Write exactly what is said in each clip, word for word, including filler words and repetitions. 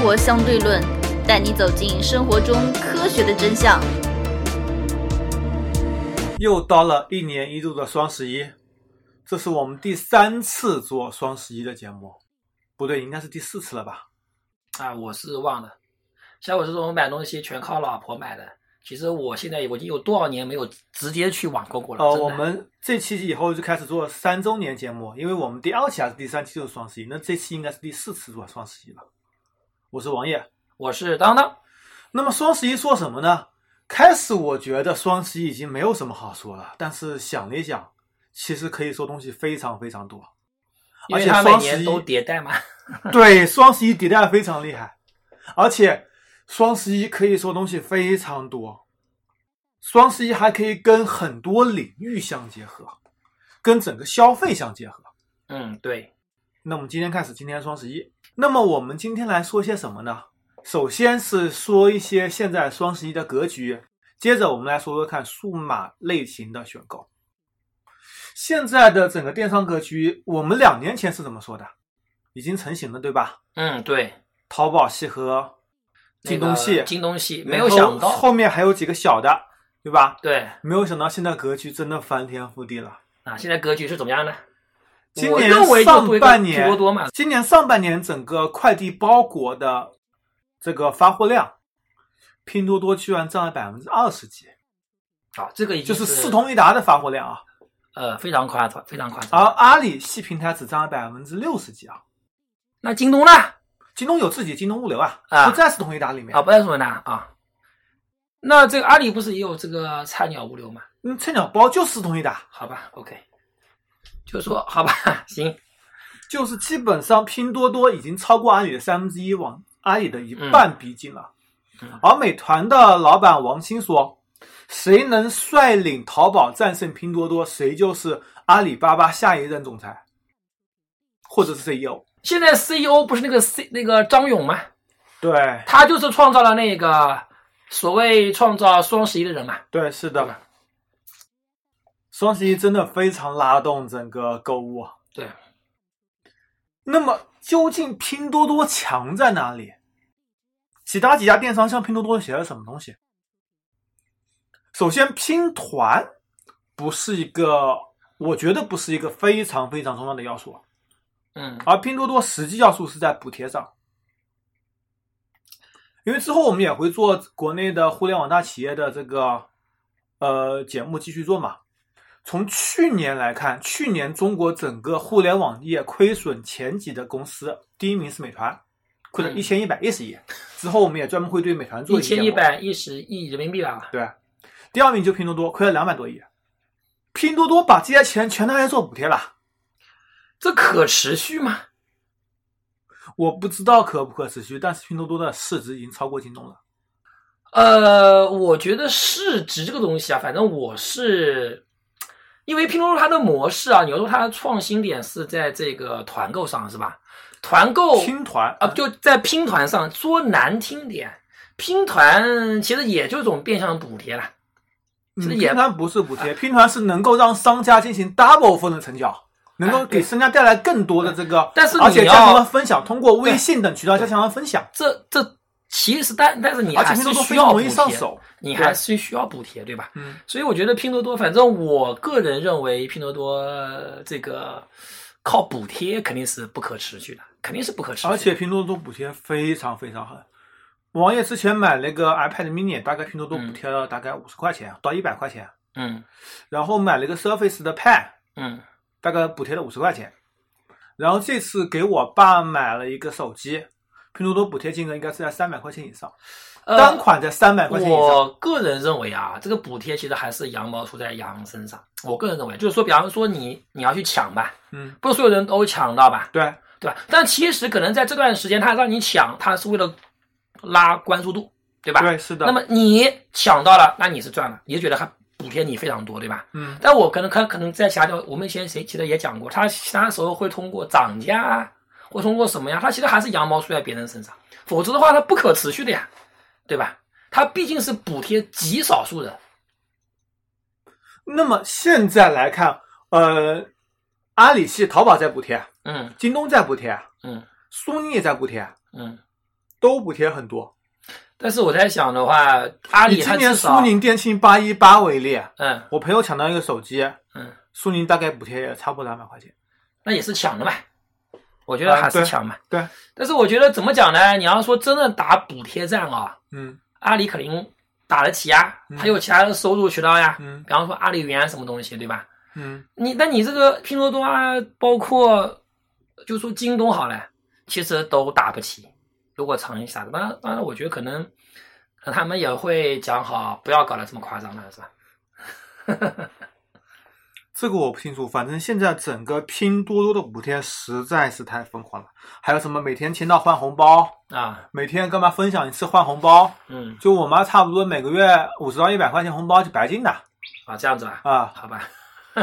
活相对论，带你走进生活中科学的真相。 又到了一年一度的双十一，这是我们第三次做双十一的节目，不对，应该是第四次了吧？ 啊，我是忘了。像我这种买东西全靠老婆买的，其实我现在我已经有多少年没有直接去网购过了。 呃，我们这期以后就开始做三周年节目，因为我们第二期还是第三期就是双十一，那这期应该是第四次做双十一了。我是王爷， 我是当当。 那么双十一说什么呢？开始我觉得双十一已经没有什么好说了，但是想了一想，其实可以说东西非常非常多， 因为它每年都迭代嘛。 对，双十一迭代非常厉害，而且双十一可以说东西非常多。双十一还可以跟很多领域相结合，跟整个消费相结合。 嗯，对。 那我们今天开始，今天双十一。那么我们今天来说些什么呢？首先是说一些现在双十一的格局，接着我们来说说看数码类型的选购。现在的整个电商格局，我们两年前是怎么说的？已经成型了，对吧？ 嗯，对。 淘宝系和京东系， 那个、京东系没有想到后面还有几个小的，对吧？ 对， 没有想到现在格局真的翻天覆地了啊！现在格局是怎么样呢？ 今年上半年， 多多嘛， 今年上半年整个快递包裹的这个发货量，拼多多居然占了百分之二十几。 啊，这个已经是就是四通一达的发货量啊， 呃，非常夸张，非常夸张。 而阿里系平台只占了百分之六十几啊。 那京东呢？ 京东有自己京东物流啊， 啊不在四通一达里面啊，不在四通一达啊。那这个阿里不是也有这个菜鸟物流吗？ 嗯，菜鸟包就四通一达， 好吧 ，OK。就说好吧，行， 就是基本上拼多多已经超过阿里的三分之一，往阿里的一半逼近了。 嗯嗯、 而美团的老板王兴说，谁能率领淘宝战胜拼多多，谁就是阿里巴巴下一任总裁，或者是 C E O。 现在 C E O 不是那个 C 那个张勇吗？ 对， 他就是创造了那个所谓创造双十一的人嘛。 对，是的。双十一真的非常拉动整个购物。 对。 那么究竟拼多多强在哪里？其他几家电商向拼多多写了什么东西？首先，拼团不是一个，我觉得不是一个非常非常重要的要素。 嗯。 而拼多多实际要素是在补贴上。因为之后我们也会做国内的互联网大企业的这个呃节目继续做嘛。从去年来看，去年中国整个互联网业亏损前几的公司，第一名是美团，亏了一千一百一十亿。之后我们也专门会对美团做一千一百一十亿人民币吧。 对。第二名就拼多多，亏了两百多亿。拼多多把这些钱全拿来做补贴了， 这可持续吗？ 我不知道可不可持续，但是拼多多的市值已经超过京东了。 呃，我觉得市值这个东西啊，反正我是。因为拼多多它的模式啊，你要说它的创新点是在这个团购上，是吧？团购拼团啊，就在拼团上。说难听点，拼团其实也就是一种变相补贴了。其实也、 嗯、拼团不是补贴，拼团是能够让商家进行 double 份的成交，能够给商家带来更多的这个， 但是而且加强了分享，通过微信等渠道加强了分享。 这这。其实但但是你还是需要补贴，你还是需要补贴，对吧？ 嗯， 所以我觉得拼多多，反正我个人认为拼多多这个靠补贴肯定是不可持续的，肯定是不可持续的。 而且拼多多补贴非常非常狠。王爷之前买了个 iPad mini， 大概拼多多补贴了大概五十块钱、嗯、到一百块钱。 嗯。 然后买了个 Surface 的 Pad， 嗯， 大概补贴了五十块钱。然后这次给我爸买了一个手机。拼多多补贴金额应该是在三百块钱以上， 呃、 单款在三百块钱以上。 我个人认为啊，这个补贴其实还是羊毛出在羊身上。我个人认为，就是说，比方说你你要去抢吧， 嗯， 不是所有人都抢到吧？ 对， 对吧？但其实可能在这段时间，他让你抢，他是为了拉关注度，对吧？ 对，是的。 那么你抢到了，那你是赚了，你就觉得他补贴你非常多，对吧？ 嗯。 但我可能可可能在其他我们以前谁记得也讲过，他其他时候会通过涨价。会通过什么呀？它其实还是羊毛出在别人身上，否则的话它不可持续的呀，对吧？它毕竟是补贴极少数人。 那么现在来看，呃，阿里系淘宝在补贴， 嗯， 京东在补贴， 嗯， 苏宁也在补贴， 嗯， 都补贴很多。 但是我在想的话，阿里以今年它至少苏宁电信八一八为例， 嗯我朋友抢到一个手机， 嗯， 苏宁大概补贴也差不多两百块钱。 那也是抢的嘛，我觉得还是抢嘛。 对，对但是我觉得怎么讲呢？你要说真的打补贴战啊， 嗯， 阿里肯定打得起啊， 嗯还有其他的收入渠道呀， 嗯比方说阿里云什么东西，对吧？ 嗯， 你那你这个拼多多啊，包括就说京东好了，其实都打不起。如果长期打的，当然当然，我觉得可能他们也会讲好，不要搞得这么夸张了，是吧？ 这个我不清楚，反正现在整个拼多多的补贴实在是太疯狂了，还有什么每天签到换红包啊， 每天干嘛分享一次换红包， 嗯， 就我妈差不多每个月五十到一百块钱红包就白金的啊，这样子啊， 啊， 好吧，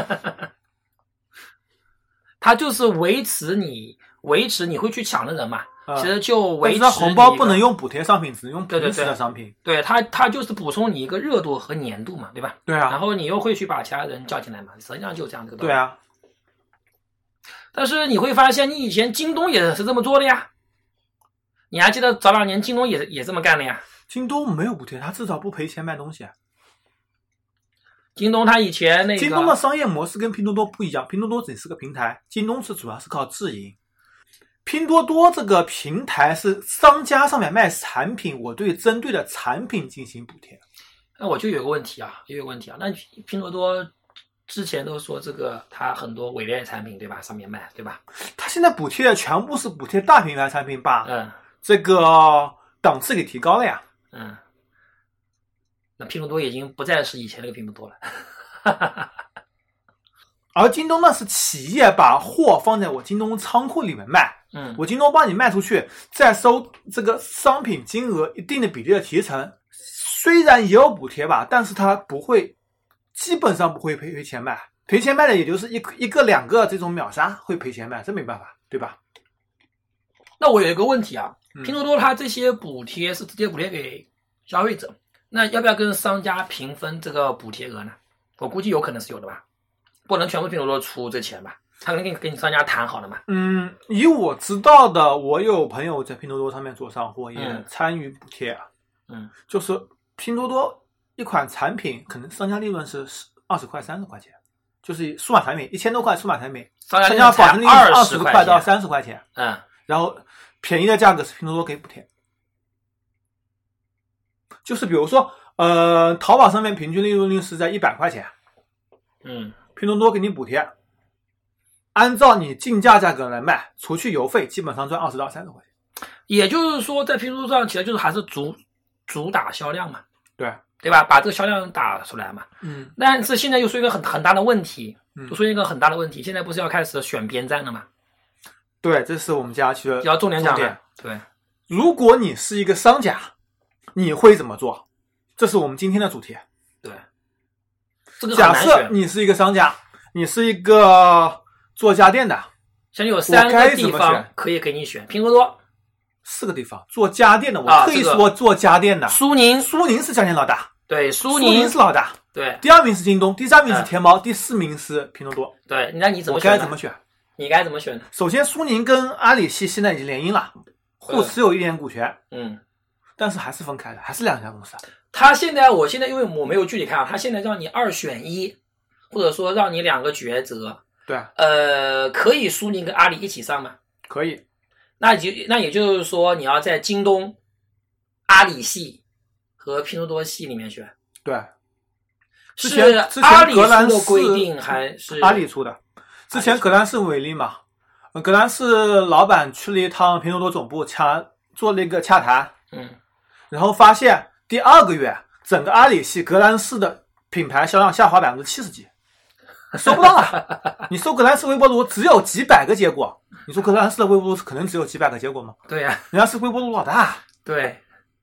他就是维持你维持你会去抢的人嘛。其实就维持， 但是它红包不能用补贴商品，只能用平时的商品。 对对对，对它它就是补充你一个热度和粘度嘛，对吧？ 对啊。 然后你又会去把其他人叫进来嘛，实际上就这样这个道理。 对啊。 但是你会发现，你以前京东也是这么做的呀。你还记得早两年京东也也这么干的呀？ 京东没有补贴，它至少不赔钱卖东西。 京东它以前那个， 京东的商业模式跟拼多多不一样，拼多多只是个平台，京东是主要是靠自营。拼多多这个平台是商家上面卖产品，我对针对的产品进行补贴。 那我就有个问题啊，有个问题啊，那拼多多之前都说这个它很多伪劣产品对吧，上面卖对吧？ 它现在补贴的全部是补贴大品牌产品，把嗯这个档次给提高了呀。 嗯，那拼多多已经不再是以前那个拼多多了。 而京东呢是企业把货放在我京东仓库里面卖。 嗯， 我京东帮你卖出去，再收这个商品金额一定的比例的提成，虽然也有补贴吧，但是它不会，基本上不会赔赔钱卖，赔钱卖的也就是一一个两个这种秒杀会赔钱卖，这没办法，对吧？ 那我有一个问题啊， 嗯、 拼多多它这些补贴是直接补贴给消费者，那要不要跟商家平分这个补贴额呢？我估计有可能是有的吧，不能全部拼多多出这钱吧？他肯定跟你商家谈好了嘛。 嗯，以我知道的，我有朋友在拼多多上面做上货，也参与补贴啊。 嗯， 就是拼多多一款产品，可能商家利润是二十块、三十块钱，就是数码产品一千多块数码产品， 商家保证利润二十块到三十块钱。 嗯， 然后便宜的价格是拼多多给补贴。就是比如说，呃，淘宝上面平均利润率是在一百块钱， 嗯， 拼多多给你补贴。按照你进价价格来卖，除去邮费，基本上赚二十到三十块钱。 也就是说，在拼多多上，其实就是还是主主打销量嘛， 对对吧？把这个销量打出来嘛。 嗯。 但是现在又出现一个很很大的问题， 嗯， 就出现一个很大的问题。现在不是要开始选边站了吗？ 对，这是我们家去的要重点讲的。对， 如果你是一个商家，你会怎么做？这是我们今天的主题。 对，这个假设你是一个商家，你是一个做家电的， 现在有三个地方可以给你选，拼多多四个地方做家电的，我可以说做家电的。 啊这个、苏宁， 苏宁是家电老大， 对，苏宁是老大， 对。 第二名是京东，第三名是天猫，嗯、第四名是拼多多。 对，那你怎么选？我该怎么选？ 你该怎么选？ 首先，苏宁跟阿里系现在已经联姻了，互持有一点股权， 嗯， 但是还是分开的，还是两家公司。 他现在，我现在因为我没有具体看啊，他现在让你二选一，或者说让你两个抉择。 对， 呃，可以苏宁跟阿里一起上吗？ 可以。 那就那也就是说，你要在京东、阿里系和拼多多系里面选。 对，之前是阿里出的规定还是阿里出的？之前格兰仕为例嘛，格兰仕老板去了一趟拼多多总部，洽做了一个洽谈， 嗯， 然后发现第二个月整个阿里系格兰仕的品牌销量下滑百分之七十几。收不到了，你收格兰仕微波炉只有几百个结果，你说格兰仕的微波炉可能只有几百个结果吗？ 对呀、啊， 人家是微波炉老大。 对，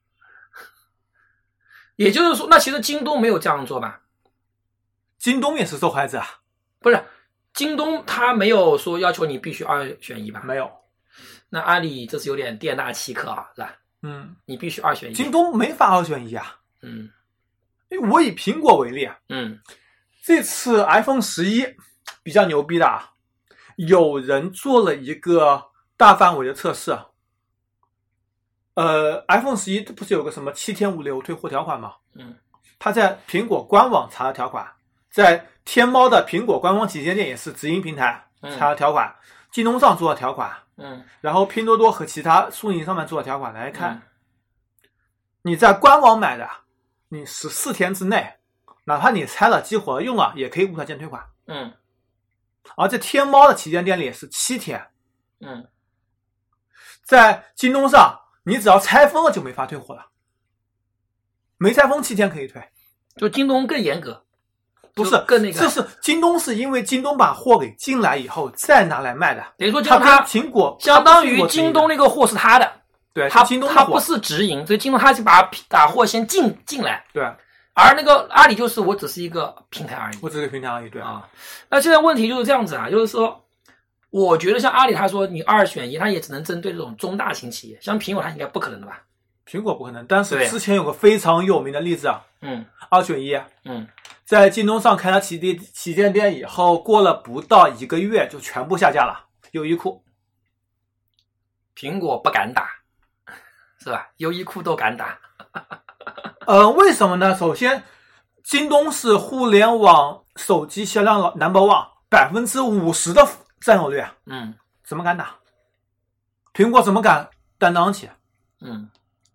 也就是说，那其实京东没有这样做吧？ 京东也是受害者啊， 不是？京东他没有说要求你必须二选一吧？ 没有。 那阿里这是有点店大欺客啊，是吧？ 嗯， 你必须二选一。 京东没法二选一啊。 嗯， 因为我以苹果为例啊， 嗯。 这次 iPhone 十一比较牛逼的啊，有人做了一个大范围的测试， 呃 iPhone 十一不是有个什么七天无理由退货条款吗？ 嗯， 他在苹果官网查了条款，在天猫的苹果官方旗舰店也是直营平台查了条款，嗯、京东上做了条款， 嗯， 然后拼多多和其他苏宁上面做了条款来看，嗯、你在官网买的，你十四天之内，哪怕你拆了激活了用了，也可以无条件退款， 嗯， 而在天猫的旗舰店里是七天， 嗯， 在京东上你只要拆封了就没法退货了，没拆封七天可以退， 就京东更严格。 不是， 更那个， 这是京东是因为京东把货给进来以后再拿来卖的， 等于说它他苹果相当于京东那个货是他的， 对， 他京东他不是直营，所以京东他是把打货先进进来， 对， 而那个阿里就是我只是一个平台而已， 我只是个平台而已，对啊。那现在问题就是这样子啊，就是说，我觉得像阿里他说你二选一，他也只能针对这种中大型企业，像苹果他应该不可能的吧？ 苹果不可能，但是之前有个非常有名的例子啊， 嗯， 二选一， 嗯。 在京东上开了旗舰旗舰店以后，过了不到一个月就全部下架了。优衣库， 苹果不敢打，是吧？优衣库都敢打。 呃，为什么呢？首先，京东是互联网手机销量 number one， 百分之五十的占有率， 嗯， 怎么敢打？苹果怎么敢担当起？ 嗯，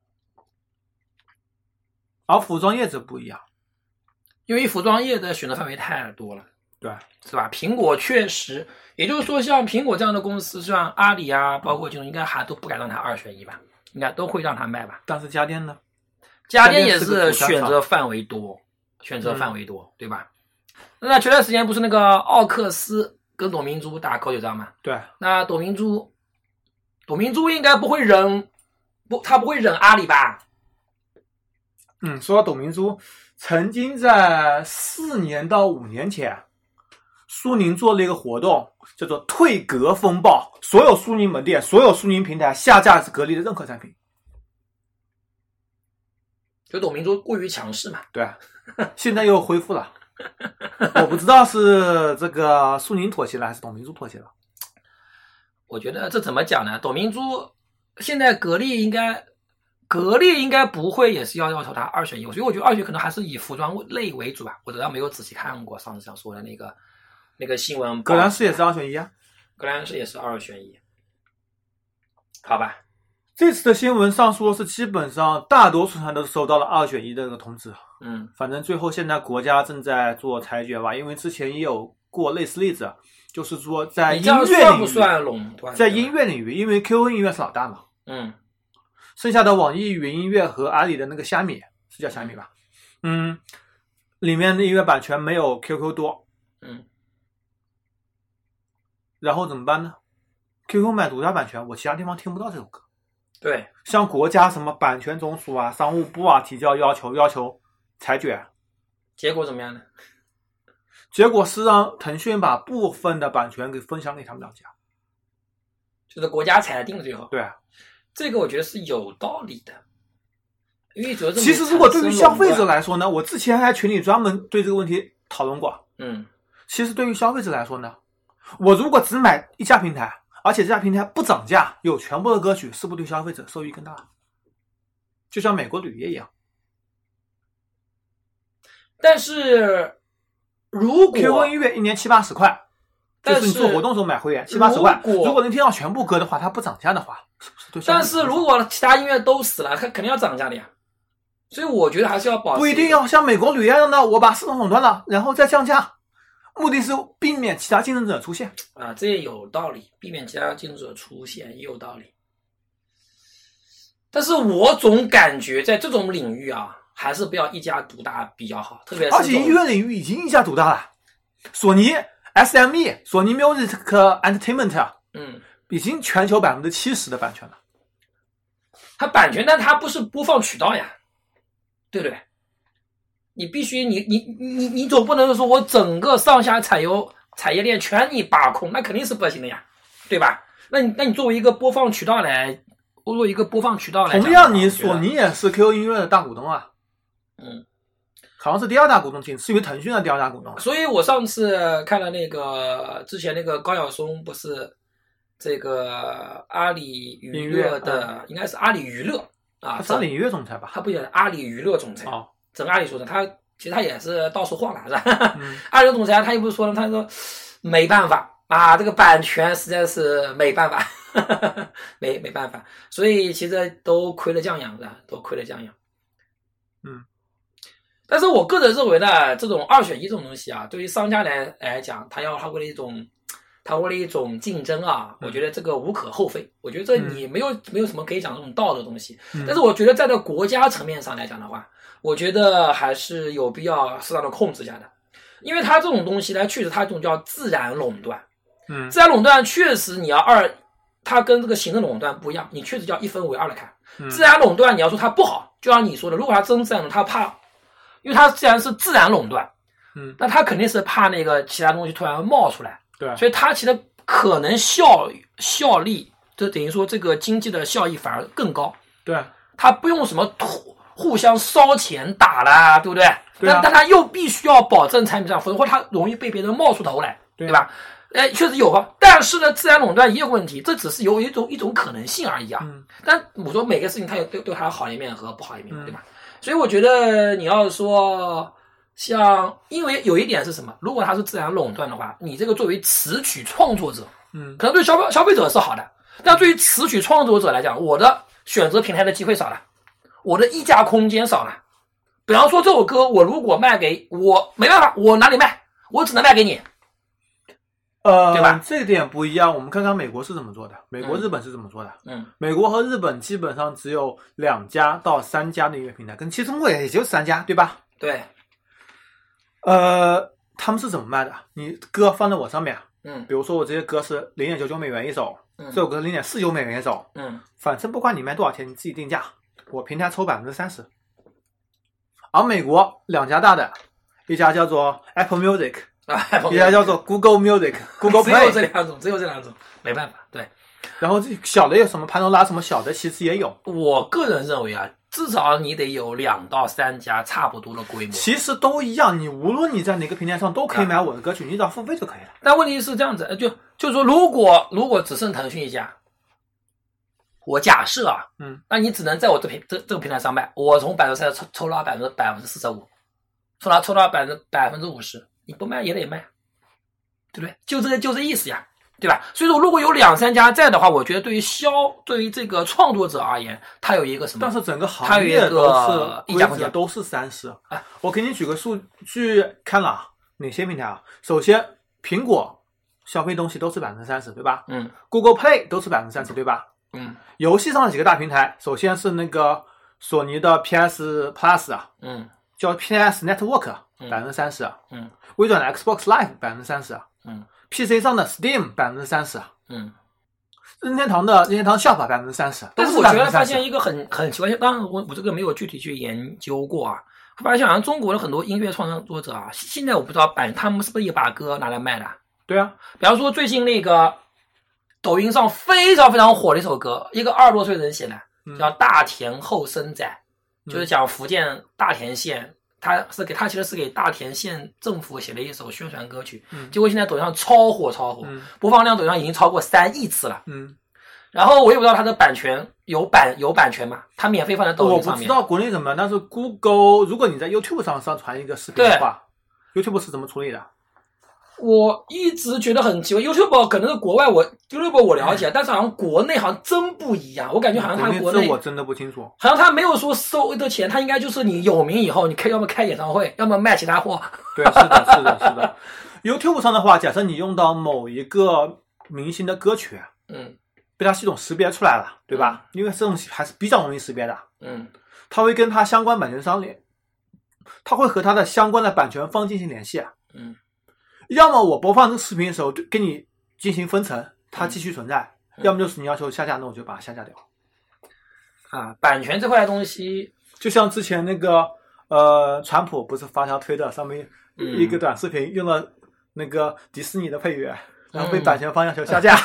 而服装业者不一样。 因为服装业的选择范围太多了， 对， 是吧？苹果确实，也就是说，像苹果这样的公司，像阿里啊，包括京东，应该还都不敢让它二选一吧？应该都会让它卖吧？ 但是家电呢？ 家电也是选择范围多，选择范围多，嗯、对吧？那前段时间不是那个奥克斯跟董明珠打口水仗吗？ 对， 那董明珠，董明珠应该不会忍，不，他不会忍阿里吧？ 嗯，说到董明珠。曾经在四年到五年前，苏宁做了一个活动，叫做退格风暴，所有苏宁门店、所有苏宁平台下架格力的任何产品。 就董明珠过于强势嘛？ 对，现在又恢复了。我不知道是这个苏宁妥协了，还是董明珠妥协了。 我觉得这怎么讲呢？董明珠现在格力应该。格力应该不会也是要要求它二选一，所以我觉得二选可能还是以服装类为主吧。我倒没有仔细看过上次想说的那个那个新闻。 格兰仕也是二选一啊， 格兰仕也是二选一，好吧。 这次的新闻上说是基本上大多数人都收到了二选一的这个通知。 嗯， 反正最后现在国家正在做裁决吧，因为之前也有过类似例子，就是说在音乐领域， 算不算垄断？ 在音乐领域，因为 Q Q 音乐是老大嘛。 嗯。 剩下的网易云音乐和阿里的那个虾米，是叫虾米吧？嗯，里面的音乐版权没有 Q Q 多。 嗯。 然后怎么办呢 ？Q Q 买独家版权，我其他地方听不到这首歌。 对。 向国家什么版权总署啊、商务部啊提交要求，要求裁决。 结果怎么样呢？ 结果是让腾讯把部分的版权给分享给他们两家。 就是国家裁定最后。 对啊。 这个我觉得是有道理的，因为主其实如果对于消费者来说呢，我之前还群里专门对这个问题讨论过。 嗯， 其实对于消费者来说呢，我如果只买一家平台，而且这家平台不涨价，有全部的歌曲，是不是对消费者收益更大？就像美国铝业一样。 但是如果 Q Q 音乐一年七八十块，就是你做活动时候买会员七八十块，如果能听到全部歌的话，它不涨价的话，是不是对消费者？ 但是如果其他音乐都死了，它肯定要涨价的呀。所以我觉得还是要保持。 不一定要像美国铝业一样的，我把市场垄断了，然后再降价，目的是避免其他竞争者出现啊，这也有道理，避免其他竞争者出现也有道理。但是我总感觉在这种领域啊，还是不要一家独大比较好，特别是而且音乐领域已经一家独大了，索尼 S M E 索尼 Music Entertainment 嗯， 已经全球百分之七十的版权了。 它版权，但它不是播放渠道呀，对不对？你必须你你你你总不能说我整个上下产油产业链全你把控，那肯定是不行的呀，对吧？那你那你作为一个播放渠道来，作为一个播放渠道来， 同样你索尼也是 Q Q 音乐的大股东啊， 嗯， 好像是第二大股东，仅次于腾讯的第二大股东。 所以我上次看了那个之前那个高晓松不是这个阿里娱乐的，嗯、应该是阿里娱乐啊， 他是阿里娱乐总裁吧？ 他不是阿里娱乐总裁， 哦， 整个阿里说的，他其实他也是到处晃了，是吧？嗯、阿里总裁他又不是说了，他说没办法啊，这个版权实在是没办法，没没办法，所以其实都亏了酱羊，是吧？都亏了酱羊。 嗯。 但是我个人认为呢，这种二选一这种东西啊，对于商家来来讲，他要他为了一种，他为了一种竞争啊，我觉得这个无可厚非。我觉得这你没有、嗯、没有什么可以讲这种道德的东西。嗯、但是我觉得在这国家层面上来讲的话，我觉得还是有必要适当的控制一下的，因为它这种东西呢，确实它这种叫自然垄断。 嗯， 自然垄断确实你要二，它跟这个行政垄断不一样，你确实叫一分为二来看。嗯、自然垄断你要说它不好，就像你说的，如果它真自然垄断，它怕。因为它既然是自然垄断， 嗯， 那它肯定是怕那个其他东西突然冒出来， 对， 所以它其实可能效效力，就等于说这个经济的效益反而更高， 对， 它不用什么互互相烧钱打啦，对不对？ 对、啊、 但但它又必须要保证产品上，否则它容易被别人冒出头来，对, 对吧？哎，确实有啊，但是呢，自然垄断也有问题，这只是有一种一种可能性而已啊。 嗯， 但我说每个事情它有对对它好一面和不好一面，嗯、对吧？所以我觉得你要说像，因为有一点是什么？如果它是自然垄断的话，你这个作为词曲创作者， 嗯， 可能对消费消费者是好的，但对于词曲创作者来讲，我的选择平台的机会少了，我的议价空间少了。比方说这首歌，我如果卖给我没办法，我哪里卖？我只能卖给你。 呃， 对吧？ 这点不一样，我们看看美国是怎么做的。美国、嗯、日本是怎么做的？ 嗯， 美国和日本基本上只有两家到三家的音乐平台，跟其实中国也就三家，对吧？ 对。 呃，他们是怎么卖的？你歌放在我上面， 嗯， 比如说我这些歌是零点九九美元一首， 嗯， 这首歌零点四九美元一首， 嗯， 反正不管你卖多少钱，你自己定价，我平台抽百分之三十。而美国两家大的，一家叫做 Apple Music。 啊， 一家叫做 Google Music、Google Play， 只有这两种，只有这两种，没办法。对， 然后小的有什么潘多拉什么小的，其实也有。 我个人认为啊，至少你得有两到三家差不多的规模。 其实都一样，你无论你在哪个平台上都可以买我的歌曲，啊、你只要付费就可以了。 但问题是这样子，就就是说，如果如果只剩腾讯一家，我假设啊， 嗯， 那你只能在我这平这这个平台上卖，我从百分之三十抽抽到百分之百分之四十五，抽到抽到百分之百分之五十。你不卖也得卖，对不对？就这个就这意思呀，对吧？所以说，如果有两三家在的话，我觉得对于销对于这个创作者而言，它有一个什么？ 但是整个行业都是规则都是三十。 啊， 我给你举个数据看了哪些平台啊？首先，苹果消费东西都是百分之三十，对吧？ 嗯。 Google Play 都是百分之三十，对吧？ 嗯。 游戏上的几个大平台，首先是那个索尼的 P S Plus 啊， 嗯， 叫 P S Network 百分之三十， 嗯。 微软的 Xbox Live 百分之三十， 嗯 ，P C 上的 Steam 百分之三十， 嗯， 任天堂的任天堂 Shop 百分之三十。 但是我觉得发现一个很很奇怪，当然我我这个没有具体去研究过啊，发现好像中国的很多音乐创作者啊，现在我不知道版他们是不是也把歌拿来卖的？ 对啊， 比方说最近那个抖音上非常非常火的一首歌，一个二十多岁人写的，叫《大田后生仔》，嗯，就是讲福建大田县。他是给他其实是给大田县政府写了一首宣传歌曲， 嗯， 结果现在抖音上超火超火， 嗯， 播放量抖音上已经超过三亿次了， 嗯， 然后我也不知道它的版权有版有版权吗？它免费放在抖音上面。 我不知道国内怎么样，但是 Google 如果你在 YouTube 上上传一个视频的话 ，YouTube 是怎么处理的？ 我一直觉得很奇怪 ，YouTube 可能是国外我 YouTube 我了解，嗯，但是好像国内好像真不一样。我感觉好像他国内我真的不清楚， 好像他没有说收的钱，他应该就是你有名以后，你开要么开演唱会，要么卖其他货。 对，是的，是的，是的。YouTube 上的话，假设你用到某一个明星的歌曲， 嗯， 被它系统识别出来了，对吧？嗯，因为这种还是比较容易识别的， 嗯， 它会跟它相关版权商联，它会和它的相关的版权方进行联系， 嗯。 要么我播放这个视频的时候跟你进行分成，它继续存在，嗯，要么就是你要求下架，那我就把它下架掉。 啊，版权这块东西， 就像之前那个呃，川普不是发条推的上面一个短视频，嗯，用了那个迪士尼的配乐，然后被版权方要求下架。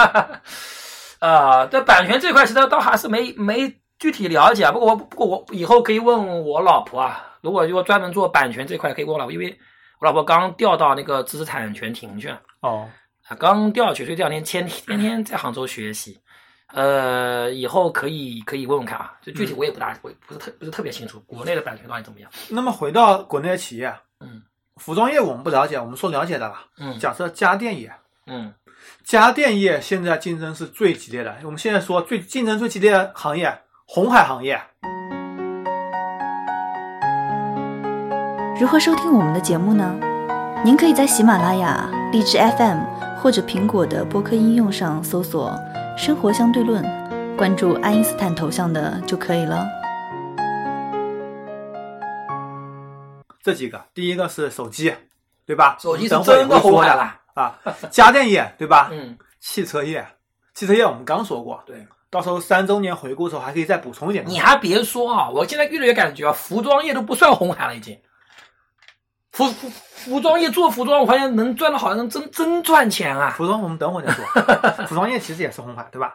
啊，这版权这块其实倒还是没没具体了解，不过我不过我以后可以问我老婆啊，如果如果专门做版权这块可以问我老婆，因为我老婆刚调到那个知识产权庭去了。 哦， 刚调学，所以这两天天天天在杭州学习。呃，以后可以可以问问看啊，就具体我也不大，我不是特不是特别清楚国内的版权到底怎么样。 那么回到国内的企业， 嗯， 服装业我们不了解，我们说了解的吧。 嗯， 假设家电业， 嗯， 家电业现在竞争是最激烈的。我们现在说最竞争最激烈的行业，红海行业。 如何收听我们的节目呢？您可以在喜马拉雅、荔枝 F M 或者苹果的播客应用上搜索生活相对论，关注爱因斯坦头像的就可以了。 这几个，第一个是手机，对吧？ 手机是真的红海了啊！家电业，对吧？ 嗯， 汽车业，汽车业我们刚说过， 对， 到时候三周年回顾的时候还可以再补充一点。 你还别说啊，我现在越来越感觉啊，服装业都不算红海了，已经。服服服装业做服装，我发现能赚的好像真真赚钱啊！ 服装我们等会儿再说，服装业其实也是红海，对吧？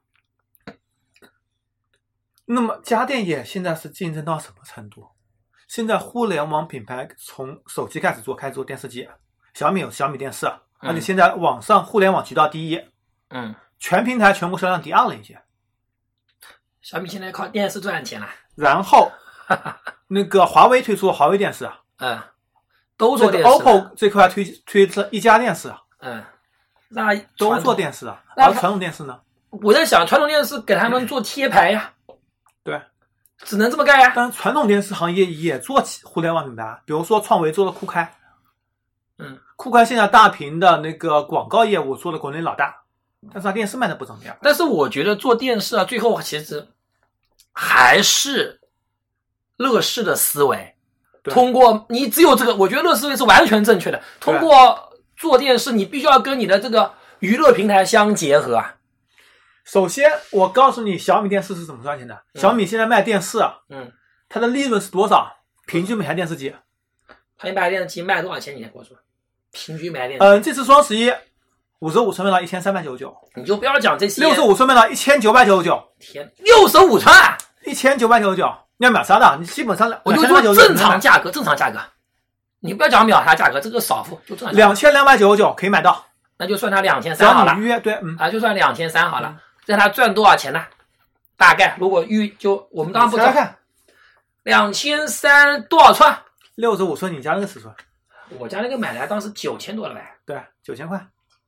那么家电业现在是竞争到什么程度？现在互联网品牌从手机开始做，开始做电视机，小米有小米电视，而且现在网上互联网渠道第一， 嗯， 全平台全国销量第二了已经。 小米现在靠电视赚钱了。 然后那个华为推出华为电视， 嗯。都做电视、 这个、O P P O 这块推推出一家电视， 嗯，那都做电视啊。而传统电视呢？ 我在想，传统电视给他们做贴牌呀， 对， 只能这么干呀。 但传统电视行业也做互联网品牌，比如说创维做了酷开， 嗯， 酷开现在大屏的那个广告业务做了国内老大，但是它电视卖的不怎么样。 但是我觉得做电视啊，最后其实还是乐视的思维。通过你只有这个，我觉得乐视思维是完全正确的。通过做电视，你必须要跟你的这个娱乐平台相结合啊。 首先，我告诉你，小米电视是怎么赚钱的。嗯、小米现在卖电视， 嗯， 它的利润是多少？平均每台电视机， 它一台电视机卖多少钱？你先跟我说。平均每台电视机。 嗯，这次双十一，五十五寸卖到一千三百九十九， 你就不要讲这些。 六十五寸卖到一千九百九十九。 天，六十五寸， 一千九百九十九。你要秒杀的，你基本上我就说正常价格，正常价格，你不要讲秒杀价格，这个少付就正常。 两千两百九十九可以买到， 那就算他两千三好了。 预约对，嗯啊，就算两千三好了，让他赚多少钱呢？大概如果预就我们当然不知道， 看两千三多少寸？ 六十五寸，你家那个尺寸？ 我家那个买来当时九千多了呗。 对，九千块。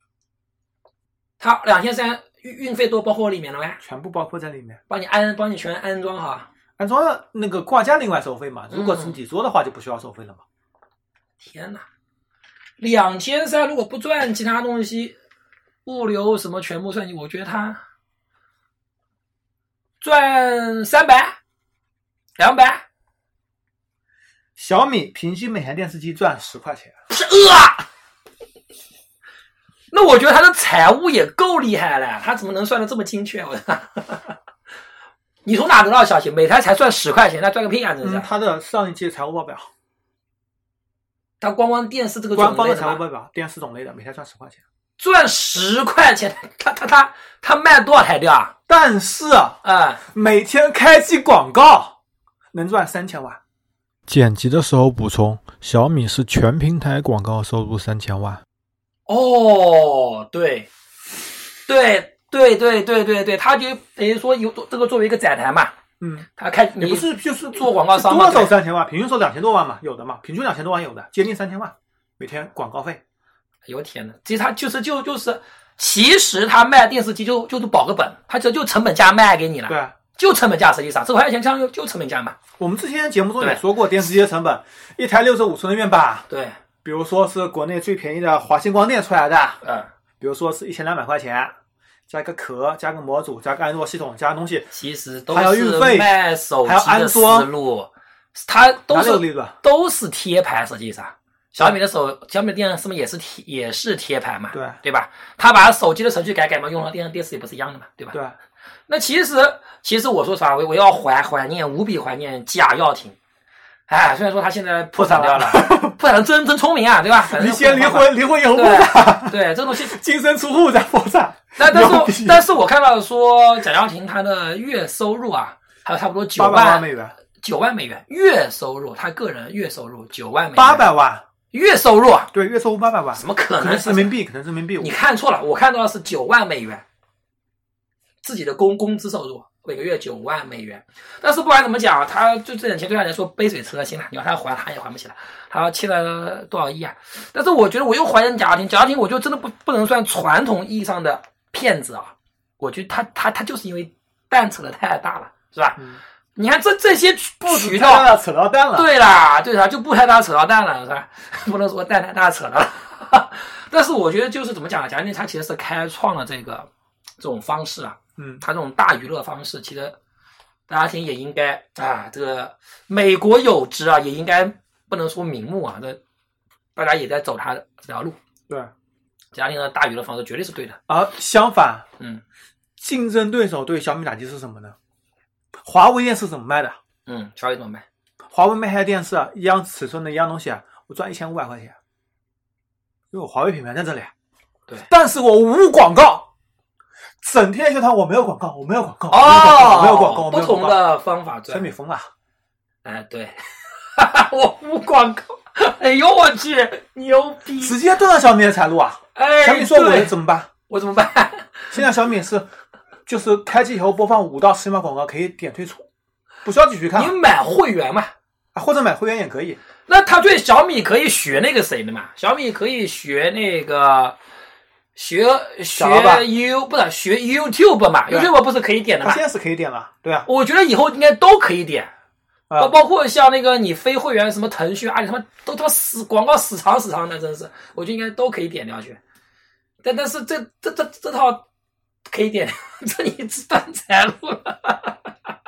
他两千三运费都包括里面了呗？ 全部包括在里面， 帮你安，帮你全安装好。 安装那个挂架另外收费嘛，如果是底座的话就不需要收费了嘛。 嗯、天哪，两千三如果不赚其他东西，物流什么全部算进，我觉得他赚三百、两百。 小米平均每台电视机赚十块钱， 是呃，那我觉得他的财务也够厉害了，他怎么能算得这么精确？我。你从哪得到消息？每台才赚十块钱，那赚个屁啊！真是、 嗯。他的上一季财务报表， 他光光电视这个官方的财务报表，电视种类的每台赚十块钱， 赚十块钱，他他他他卖多少台掉啊？ 但是啊、 嗯， 每天开机广告能赚三千万。 剪辑的时候补充，小米是全平台广告收入三千万。 哦，对，对。对对对对对，他就等于说有这个作为一个载台嘛， 嗯， 他开也不是就是做广告商嘛， 多少三千万，平均说两千多万嘛，有的嘛，平均两千多万有的，接近三千万每天广告费。 哎呦天哪，其实他就是就就是，其实他卖电视机就就是保个本，他就就成本价卖给你了， 对， 就成本价，实际上十块钱枪就就成本价嘛。 我们之前节目中也说过，电视机的成本，一台六十五寸的面板， 对， 比如说是国内最便宜的华星光电出来的， 嗯， 比如说是一千两百块钱。加个壳，加个模组，加个安卓系统，加个东西， 其实都是卖手机的思路，它都是都是贴牌。实际上，小米的手，小米的电视嘛也是贴，也是贴牌嘛， 对对吧？他把手机的程序改改嘛，用到电视电视也不是一样的嘛，对吧？ 对。 那其实，其实我说实话，我我要怀怀念，无比怀念贾跃亭。哎，虽然说他现在破产掉了，破产真真聪明啊，对吧？ 你先离婚，离婚以后破产， 对，这东西净身出户再破产。 但但是但是我看到说贾跃亭他的月收入啊，还有差不多九万美元， 九万美元月收入，他个人月收入九万美元， 八百万， 月收入对，月收入八百万， 怎么可能？ 可能是人民币，可能是人民币。 你看错了，我看到的是九万美元，自己的工工资收入每个月九万美元。但是不管怎么讲，他就这点钱对他来说杯水车薪了，你要他还他也还不起来，他欠了多少亿啊？但是我觉得我又怀疑贾跃亭，贾跃亭我就真的不不能算传统意义上的骗子啊，我觉得他他他就是因为蛋扯得太大了，是吧？嗯，你看这这些渠道扯到蛋了， 对啦，对啦，就不太大扯到蛋了，是吧？不能说蛋太大扯了。但是我觉得就是怎么讲啊，贾跃亭他其实是开创了这个这种方式啊， 嗯， 他这种大娱乐方式，其实贾跃亭也应该啊，这个美国有之啊，也应该不能说名目啊，这大家也在走他这条路。 对， 贾跃亭的大娱乐方式绝对是对的。 而相反， 嗯， 竞争对手对小米打击是什么呢？华为电视怎么卖的？ 嗯，小米怎么卖？ 华为卖台电视啊，一样尺寸的一样东西啊，我赚一千五百块钱，因为我华为品牌在这里。 对， 但是我无广告，整天宣传我没有广告，我没有广告， 哦， 没有广告， 不同的方法赚。 小米疯了， 哎，对，我无广告，哎呦我去，牛逼！ 直接断了小米的财路啊！ 哎， 小米说我怎么办？ 我怎么办？ 现在小米是，就是开机以后播放五到十秒广告可以点退出，不需要继续看。 你买会员嘛？ 啊，或者买会员也可以。 那他对小米可以学那个谁的嘛？小米可以学那个学学 U 不是学 YouTube 嘛 ？YouTube 不是可以点的吗？ 他现在是可以点了，对啊。 我觉得以后应该都可以点，包、啊、包括像那个你非会员什么腾讯、阿里他妈都他妈死广告死长死长的，真是，我觉得应该都可以点掉去。但但是这这这这套可以点，这你断财路了。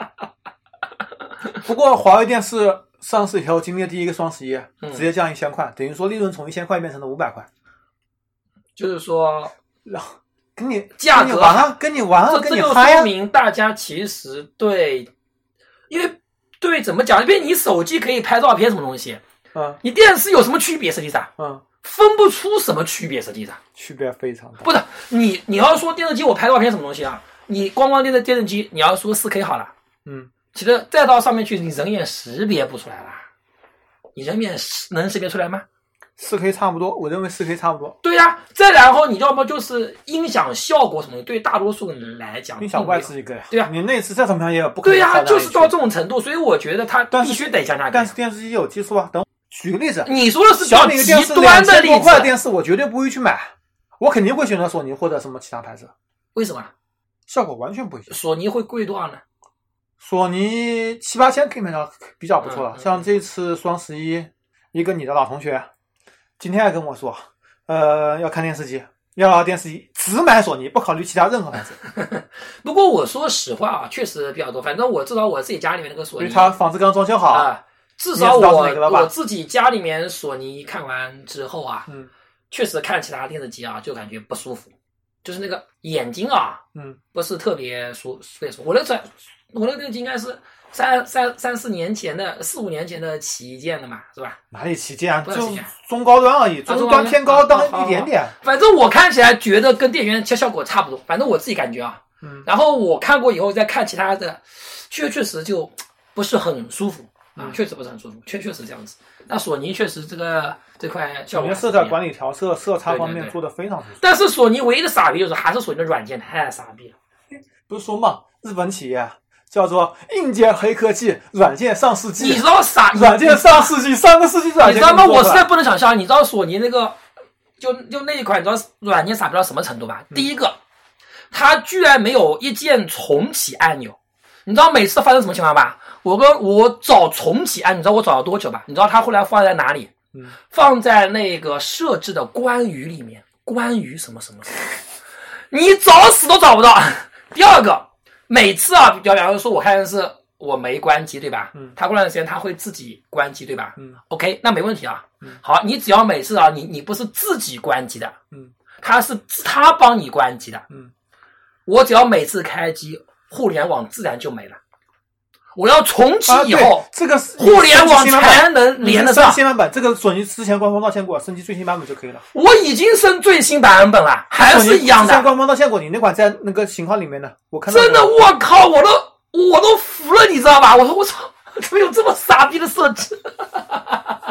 不过华为电视上市以后，今年第一个双十一， 嗯、 直接降一千块，等于说利润从一千块变成了五百块。 就是说， 跟你价格玩啊，跟你玩啊，跟你嗨啊。 这就说明大家其实对，因为对怎么讲？因为你手机可以拍照片什么东西， 嗯， 你电视有什么区别？实际上， 嗯， 分不出什么区别。实际上， 区别非常大。 不是你，你要说电视机我拍照片什么东西啊？你光光电视电视机，你要说 四 K 好了， 嗯， 其实再到上面去，你人眼识别不出来了。你人眼能识别出来吗？ 四 K 差不多，我认为四 K 差不多。 对呀、啊，再然后你要么就是音响效果什么的，对大多数人来讲， 音响外置一个呀。 对呀、啊， 你内置再怎么样也不可能。 对呀、啊，就是到这种程度，所以我觉得它必须得降价。 但是电视机有技术啊，等举个例子， 你说的是小米的电视端的例子， 两千多块的电视我绝对不会去买，我肯定会选择索尼或者什么其他牌子。 为什么？ 效果完全不一样。 索尼会贵多少呢？ 索尼七八千可以买到比较不错了，嗯嗯、像这次双十一，一个你的老同学今天还跟我说，呃，要看电视机，要电视机只买索尼，不考虑其他任何牌子。 不过我说实话啊，确实比较多。反正我至少我自己家里面那个索尼， 因为他房子刚装修好啊、呃，至少我我自己家里面索尼看完之后啊， 嗯， 确实看其他电视机啊，就感觉不舒服，就是那个眼睛啊， 嗯，不是特别舒特别舒服。我那个我那个电视机应该是。三三三四年前的四五年前的旗舰的嘛，是吧？ 哪里旗舰啊？就中高端而已，中端偏高端一点点。 反正我看起来觉得跟电源效果差不多，反正我自己感觉啊。 嗯。 然后我看过以后再看其他的，确确实就不是很舒服啊，确实不是很舒服，确确实这样子。那索尼确实这个这块效果， 色彩管理调色、色差方面做的非常舒服。 但是索尼唯一的傻逼就是还是索尼的软件太傻逼了。 不是说嘛，日本企业。叫做硬件黑科技，软件上世纪。 你知道啥？ 软件上世纪，上个世纪软件。 你知道吗？我实在不能想象。你知道索尼那个，就就那一款，你知道软件傻逼到什么程度吧？嗯、第一个，它居然没有一键重启按钮。你知道每次发生什么情况吧？我跟我找重启按钮，你知道我找了多久吧？你知道它后来放在哪里？ 嗯， 放在那个设置的关于里面，关于什么什么什么，你找死都找不到。第二个。每次啊，比方说我看是我没关机，对吧？ 嗯， 它过段时间它会自己关机，对吧？ 嗯 ，OK， 那没问题啊。 嗯， 好，你只要每次啊，你你不是自己关机的， 嗯， 它是它帮你关机的， 嗯， 我只要每次开机，互联网自然就没了。我要重启以后， 啊、这个互联网才能连得上。 升新版本，这个索尼之前官方道歉过，升级最新版本就可以了。 我已经升最新版本了，还是一样的。 之前官方道歉过，你那款在那个型号里面的，我看到。 真的，我靠，我都我都服了，你知道吧？我说我操，怎么有这么傻逼的设置？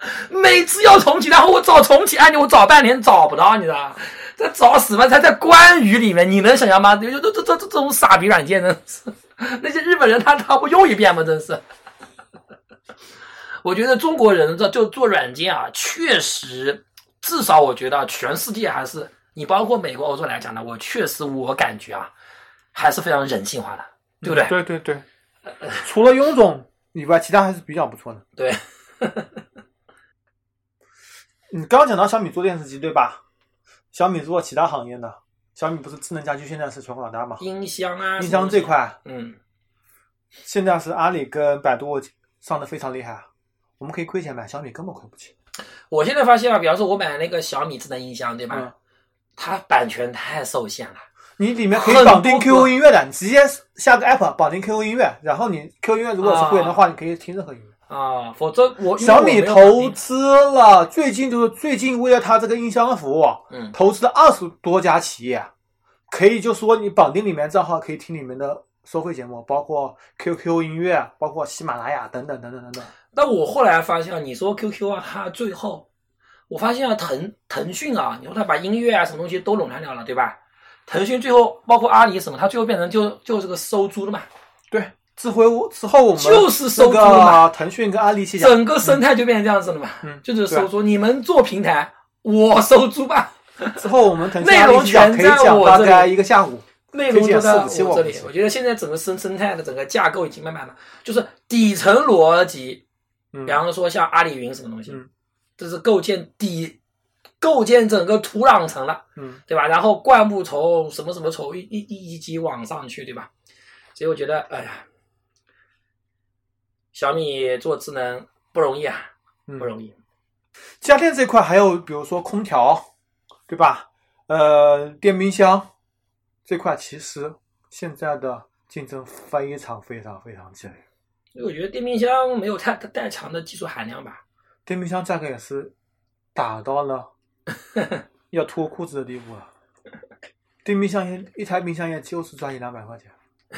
每次要重启，然后我找重启按钮，我找半天找不到，你知道吗？在找死吧，才在关羽里面，你能想象吗？这这这这这种傻逼软件，真是那些日本人他他不用一遍吗？真是。我觉得中国人这就做软件啊，确实，至少我觉得全世界还是你包括美国、欧洲来讲呢，我确实我感觉啊，还是非常人性化的，对不对？ 嗯、对对对，除了臃肿以外，其他还是比较不错的。 对。 你刚刚讲到小米做电视机对吧？小米做其他行业的，小米不是智能家居现在是全国老大吗？ 音箱啊， 音箱这块， 嗯， 现在是阿里跟百度上的非常厉害啊。我们可以亏钱买，小米根本亏不起。 我现在发现啊，比方说我买那个小米智能音箱，对吧？ 嗯、 它版权太受限了。 你里面可以绑定 Q Q 音乐的，你直接下个 app 绑定 Q Q 音乐，然后你 Q Q 音乐如果是会员的话，啊、你可以听任何音乐。 啊，否则我小米投资了，最近就是最近为了它这个音箱服务， 嗯， 投资了二十多家企业，可以就说你绑定里面账号可以听里面的收费节目，包括 Q Q 音乐，包括喜马拉雅等等等等等等。 那我后来发现，你说 Q Q 啊，它最后我发现啊，腾腾讯啊，你说它把音乐啊什么东西都垄断掉了，对吧？腾讯最后包括阿里什么，它最后变成就就这个收租了嘛？ 对。之后之后我们就是收租了嘛， 腾讯跟阿里起整个生态就变成这样子了嘛， 嗯， 就是收租，你们做平台，我收租吧。 之后我们腾讯内容全在我大概一个下午， 内容就在我这里。我觉得现在整个生生态的整个架构已经慢慢的，就是底层逻辑， 嗯， 比方说像阿里云什么东西， 嗯， 这是构建底，构建整个土壤层了， 嗯， 对吧？然后灌木丛什么什么丛一一一级往上去，对吧？所以我觉得，哎呀。小米做智能不容易啊，不容易。 嗯、家电这块还有比如说空调，对吧？呃，电冰箱这块其实现在的竞争非常非常非常激烈。 所以我觉得电冰箱没有太太强的技术含量吧。 电冰箱价格也是打到了要脱裤子的地步了。电冰箱也一台冰箱也就是赚一两百块钱。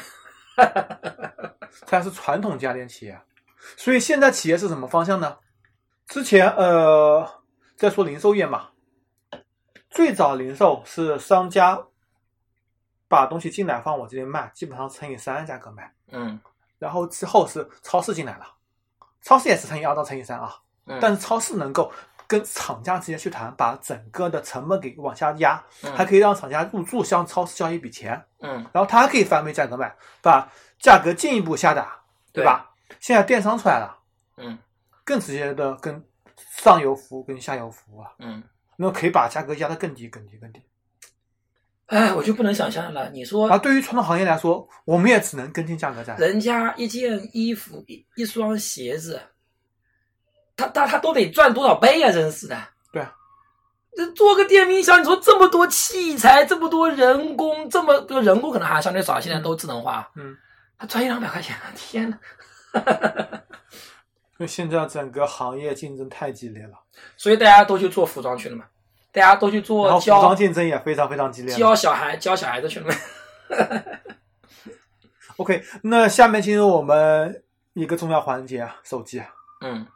它是传统家电企业，所以现在企业是什么方向呢？之前呃在说零售业嘛，最早零售是商家把东西进来放我这边卖，基本上乘以三价格卖， 嗯， 然后之后是超市进来了，超市也是乘以二到乘以三啊， 嗯， 但是超市能够跟厂家直接去谈，把整个的成本给往下压， 嗯， 还可以让厂家入驻向超市交一笔钱， 嗯， 然后他还可以翻倍价格卖，把价格进一步下打，对吧？对，现在电商出来了， 嗯， 更直接的跟上游服务跟下游服务啊， 嗯， 那可以把价格压得更低更低更低。 哎，我就不能想象了。你说， 而对于传统行业来说，我们也只能跟进价格战。 人家一件衣服、一一双鞋子，他他他都得赚多少倍啊！真是的。 对啊， 这做个电冰箱，你说这么多器材，这么多人工，这么多人工可能还相对少，现在都智能化。 嗯， 他赚一两百块钱，天哪！ 因为现在整个行业竞争太激烈了， 所以大家都去做服装去了嘛。大家都去做， 然后服装竞争也非常非常激烈， 教小孩教小孩子去了。 OK， 那下面进入我们一个重要环节啊，手机。 嗯。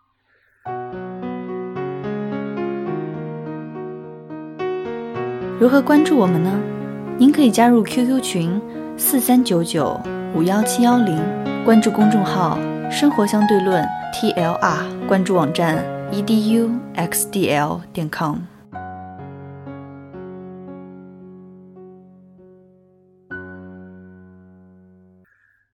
如何关注我们呢？您可以加入 Q Q 群四三九九五幺七幺零，关注公众号“生活相对论 T L R”，关注网站 e d u x d l 点 com。